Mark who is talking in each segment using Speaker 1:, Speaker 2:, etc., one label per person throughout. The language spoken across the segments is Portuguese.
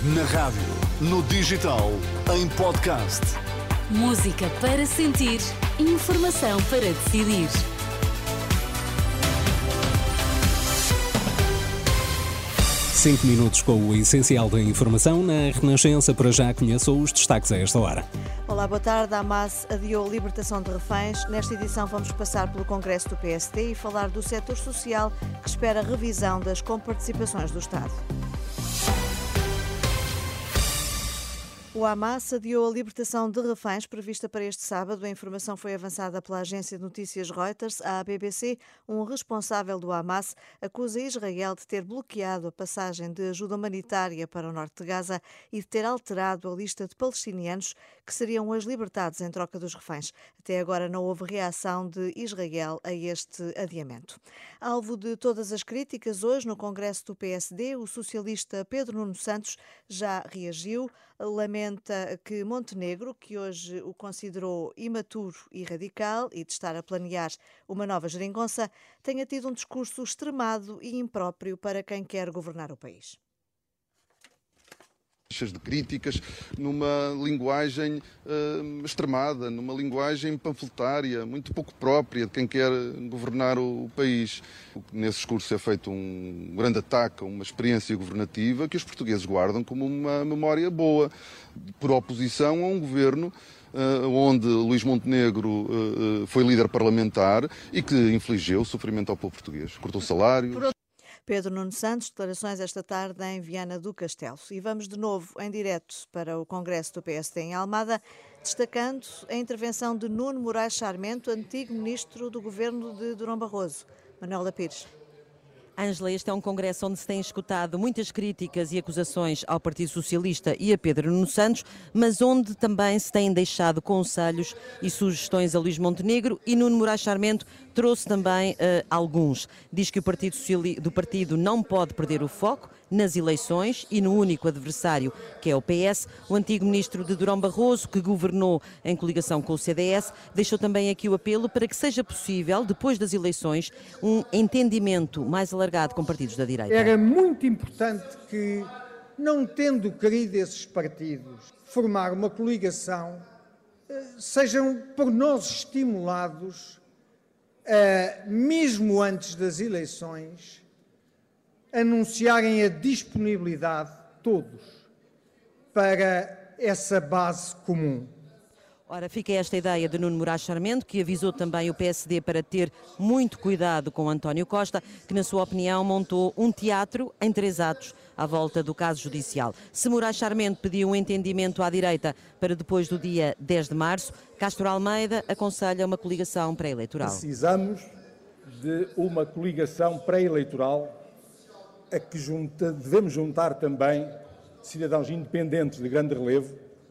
Speaker 1: Na rádio, no digital, em podcast.
Speaker 2: Música para sentir, informação para decidir.
Speaker 3: Cinco minutos com o essencial da informação. Na Renascença, para já conheça os destaques a esta hora.
Speaker 4: Olá, boa tarde. A Hamas adiou libertação de reféns. Nesta edição vamos passar pelo Congresso do PSD e falar do setor social que espera revisão das comparticipações do Estado. O Hamas adiou a libertação de reféns prevista para este sábado. A informação foi avançada pela agência de notícias Reuters à BBC. Um responsável do Hamas acusa Israel de ter bloqueado a passagem de ajuda humanitária para o norte de Gaza e de ter alterado a lista de palestinianos que seriam hoje libertados em troca dos reféns. Até agora não houve reação de Israel a este adiamento. Alvo de todas as críticas, hoje no Congresso do PSD, o socialista Pedro Nuno Santos já reagiu. Lamenta que Montenegro, que hoje o considerou imaturo e radical e de estar a planear uma nova geringonça, tenha tido um discurso extremado e impróprio para quem quer governar o país.
Speaker 5: Cheias de críticas, numa linguagem extremada, numa linguagem panfletária, muito pouco própria de quem quer governar o país. Nesse discurso é feito um grande ataque a uma experiência governativa que os portugueses guardam como uma memória boa, por oposição a um governo onde Luís Montenegro foi líder parlamentar e que infligiu sofrimento ao povo português. Cortou salários.
Speaker 4: Pedro Nuno Santos, declarações esta tarde em Viana do Castelo. E vamos de novo em direto para o Congresso do PSD em Almada, destacando a intervenção de Nuno Moraes Charmento, antigo ministro do governo de Durão Barroso. Manuela Pires.
Speaker 6: Ângela, este é um congresso onde se têm escutado muitas críticas e acusações ao Partido Socialista e a Pedro Nuno Santos, mas onde também se têm deixado conselhos e sugestões a Luís Montenegro, e Nuno Moraes Charmento trouxe também alguns. Diz que o partido não pode perder o foco nas eleições e no único adversário, que é o PS. O antigo ministro de Durão Barroso, que governou em coligação com o CDS, deixou também aqui o apelo para que seja possível, depois das eleições, um entendimento mais alargado com partidos da direita.
Speaker 7: Era muito importante que, não tendo querido esses partidos formar uma coligação, sejam por nós estimulados, mesmo antes das eleições, anunciarem a disponibilidade, todos, para essa base comum.
Speaker 6: Ora, fica esta ideia de Nuno Moraes Charmento, que avisou também o PSD para ter muito cuidado com António Costa, que, na sua opinião, montou um teatro em 3 atos à volta do caso judicial. Se Moraes Charmento pediu um entendimento à direita para depois do dia 10 de março, Castro Almeida aconselha uma coligação pré-eleitoral.
Speaker 8: Precisamos de uma coligação pré-eleitoral a que devemos juntar também cidadãos independentes de grande relevo,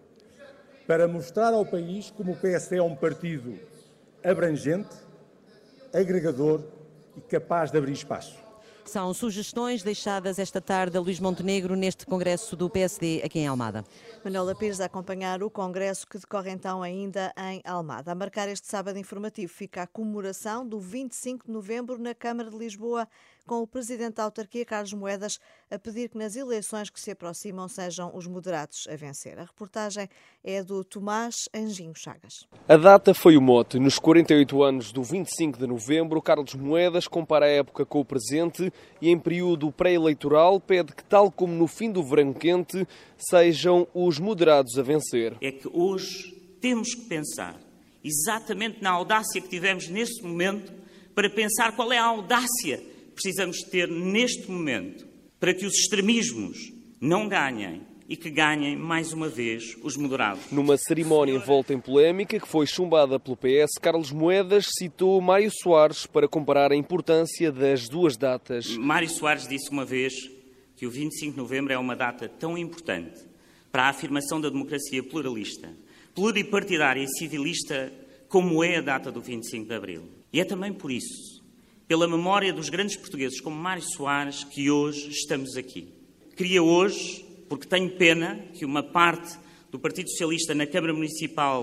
Speaker 8: para mostrar ao país como o PSD é um partido abrangente, agregador e capaz de abrir espaço.
Speaker 6: São sugestões deixadas esta tarde a Luís Montenegro neste Congresso do PSD aqui em Almada.
Speaker 4: Manuela Pires a acompanhar o Congresso que decorre então ainda em Almada. A marcar este sábado informativo fica a comemoração do 25 de novembro na Câmara de Lisboa, com o Presidente da Autarquia, Carlos Moedas, a pedir que nas eleições que se aproximam sejam os moderados a vencer. A reportagem é do Tomás Anjinho Chagas.
Speaker 9: A data foi o mote. Nos 48 anos do 25 de novembro, Carlos Moedas compara a época com o presente e, em período pré-eleitoral, pede que, tal como no fim do verão quente, sejam os moderados a vencer.
Speaker 10: É que hoje temos que pensar exatamente na audácia que tivemos neste momento, para pensar qual é a audácia que precisamos ter neste momento para que os extremismos não ganhem e que ganhem mais uma vez os moderados.
Speaker 9: Numa cerimónia envolta em polémica que foi chumbada pelo PS, Carlos Moedas citou Mário Soares para comparar a importância das duas datas.
Speaker 10: Mário Soares disse uma vez que o 25 de novembro é uma data tão importante para a afirmação da democracia pluralista, pluripartidária e civilista como é a data do 25 de abril. E é também por isso, pela memória dos grandes portugueses como Mário Soares, que hoje estamos aqui. Queria hoje, porque tenho pena que uma parte do Partido Socialista na Câmara Municipal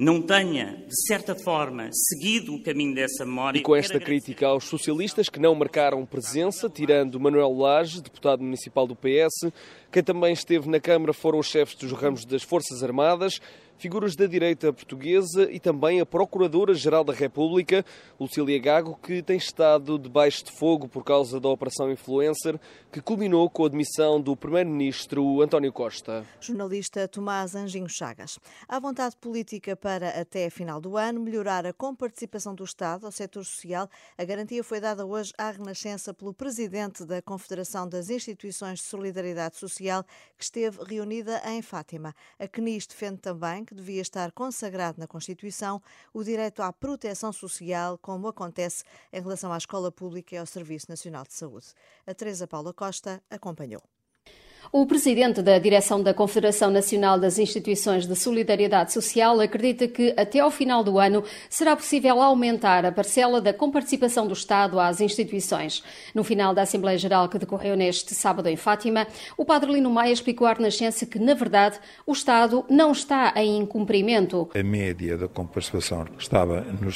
Speaker 10: não tenha, de certa forma, seguido o caminho dessa memória.
Speaker 9: E com esta crítica aos socialistas que não marcaram presença, tirando Manuel Lage, deputado municipal do PS, quem também esteve na Câmara foram os chefes dos ramos das Forças Armadas, figuras da direita portuguesa e também a Procuradora-Geral da República, Lucília Gago, que tem estado debaixo de fogo por causa da Operação Influencer, que culminou com a demissão do Primeiro-Ministro António Costa.
Speaker 4: Jornalista Tomás Anjinho Chagas. Há vontade política para, até a final do ano, melhorar a comparticipação do Estado ao setor social. A garantia foi dada hoje à Renascença pelo presidente da Confederação das Instituições de Solidariedade Social, que esteve reunida em Fátima. A CNIS defende também que devia estar consagrado na Constituição o direito à proteção social, como acontece em relação à escola pública e ao Serviço Nacional de Saúde. A Teresa Paula Costa acompanhou.
Speaker 11: O presidente da direção da Confederação Nacional das Instituições de Solidariedade Social acredita que até ao final do ano será possível aumentar a parcela da comparticipação do Estado às instituições. No final da Assembleia Geral que decorreu neste sábado em Fátima, o padre Lino Maia explicou à Renascença que, na verdade, o Estado não está em incumprimento.
Speaker 12: A média da comparticipação estava nos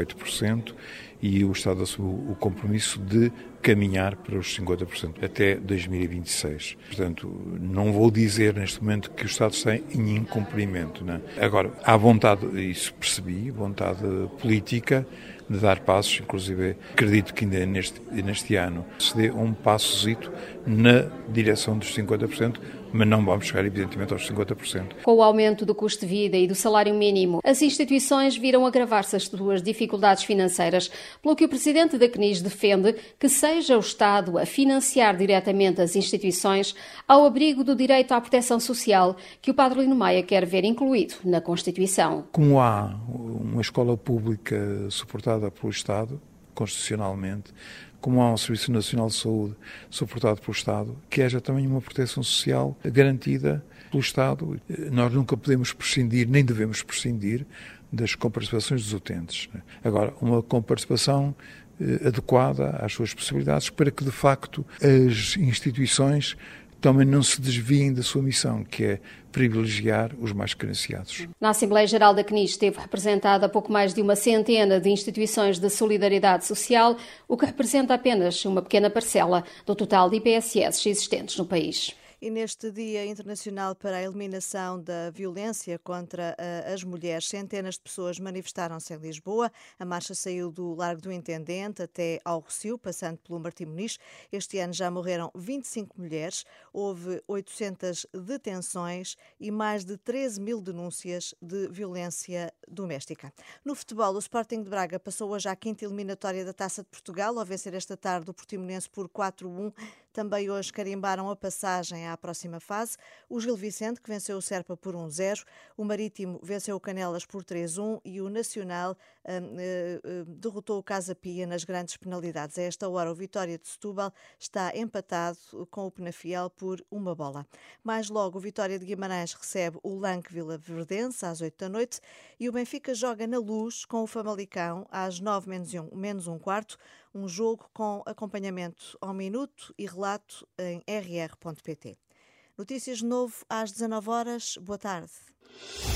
Speaker 12: 38% e o Estado assumiu o compromisso de caminhar para os 50% até 2026. Portanto, não vou dizer neste momento que o Estado está em incumprimento, não. Agora, há vontade, isso percebi, vontade política de dar passos, inclusive acredito que ainda neste ano se dê um passozito na direção dos 50%, mas não vamos chegar evidentemente aos 50%.
Speaker 11: Com o aumento do custo de vida e do salário mínimo, as instituições viram agravar-se as suas dificuldades financeiras, pelo que o presidente da CNIS defende que seja o Estado a financiar diretamente as instituições ao abrigo do direito à proteção social que o padre Lino Maia quer ver incluído na Constituição.
Speaker 12: Como há uma escola pública suportada pelo Estado, constitucionalmente, como há um Serviço Nacional de Saúde suportado pelo Estado, que haja também uma proteção social garantida pelo Estado. Nós nunca podemos prescindir, nem devemos prescindir, das comparticipações dos utentes. Agora, uma comparticipação adequada às suas possibilidades para que, de facto, as instituições também não se desviem da sua missão, que é privilegiar os mais carenciados.
Speaker 11: Na Assembleia Geral da CNIS esteve representada pouco mais de uma centena de instituições de solidariedade social, o que representa apenas uma pequena parcela do total de IPSS existentes no país.
Speaker 4: E neste Dia Internacional para a Eliminação da Violência contra as Mulheres, centenas de pessoas manifestaram-se em Lisboa. A marcha saiu do Largo do Intendente até ao Rossio, passando pelo Martim Muniz. Este ano já morreram 25 mulheres, houve 800 detenções e mais de 13 mil denúncias de violência doméstica. No futebol, o Sporting de Braga passou hoje à quinta eliminatória da Taça de Portugal, ao vencer esta tarde o Portimonense por 4-1. Também hoje carimbaram a passagem à próxima fase. O Gil Vicente, que venceu o Serpa por 1-0. O Marítimo venceu o Canelas por 3-1 e o Nacional derrotou o Casa Pia nas grandes penalidades. A esta hora, o Vitória de Setúbal está empatado com o Penafiel por 1-1. Mais logo, o Vitória de Guimarães recebe o Lanque Vila Verdense às 8 da noite e o Benfica joga na Luz com o Famalicão às 9 menos um quarto. Um jogo com acompanhamento ao minuto e relato em rr.pt. Notícias de novo às 19 horas. Boa tarde.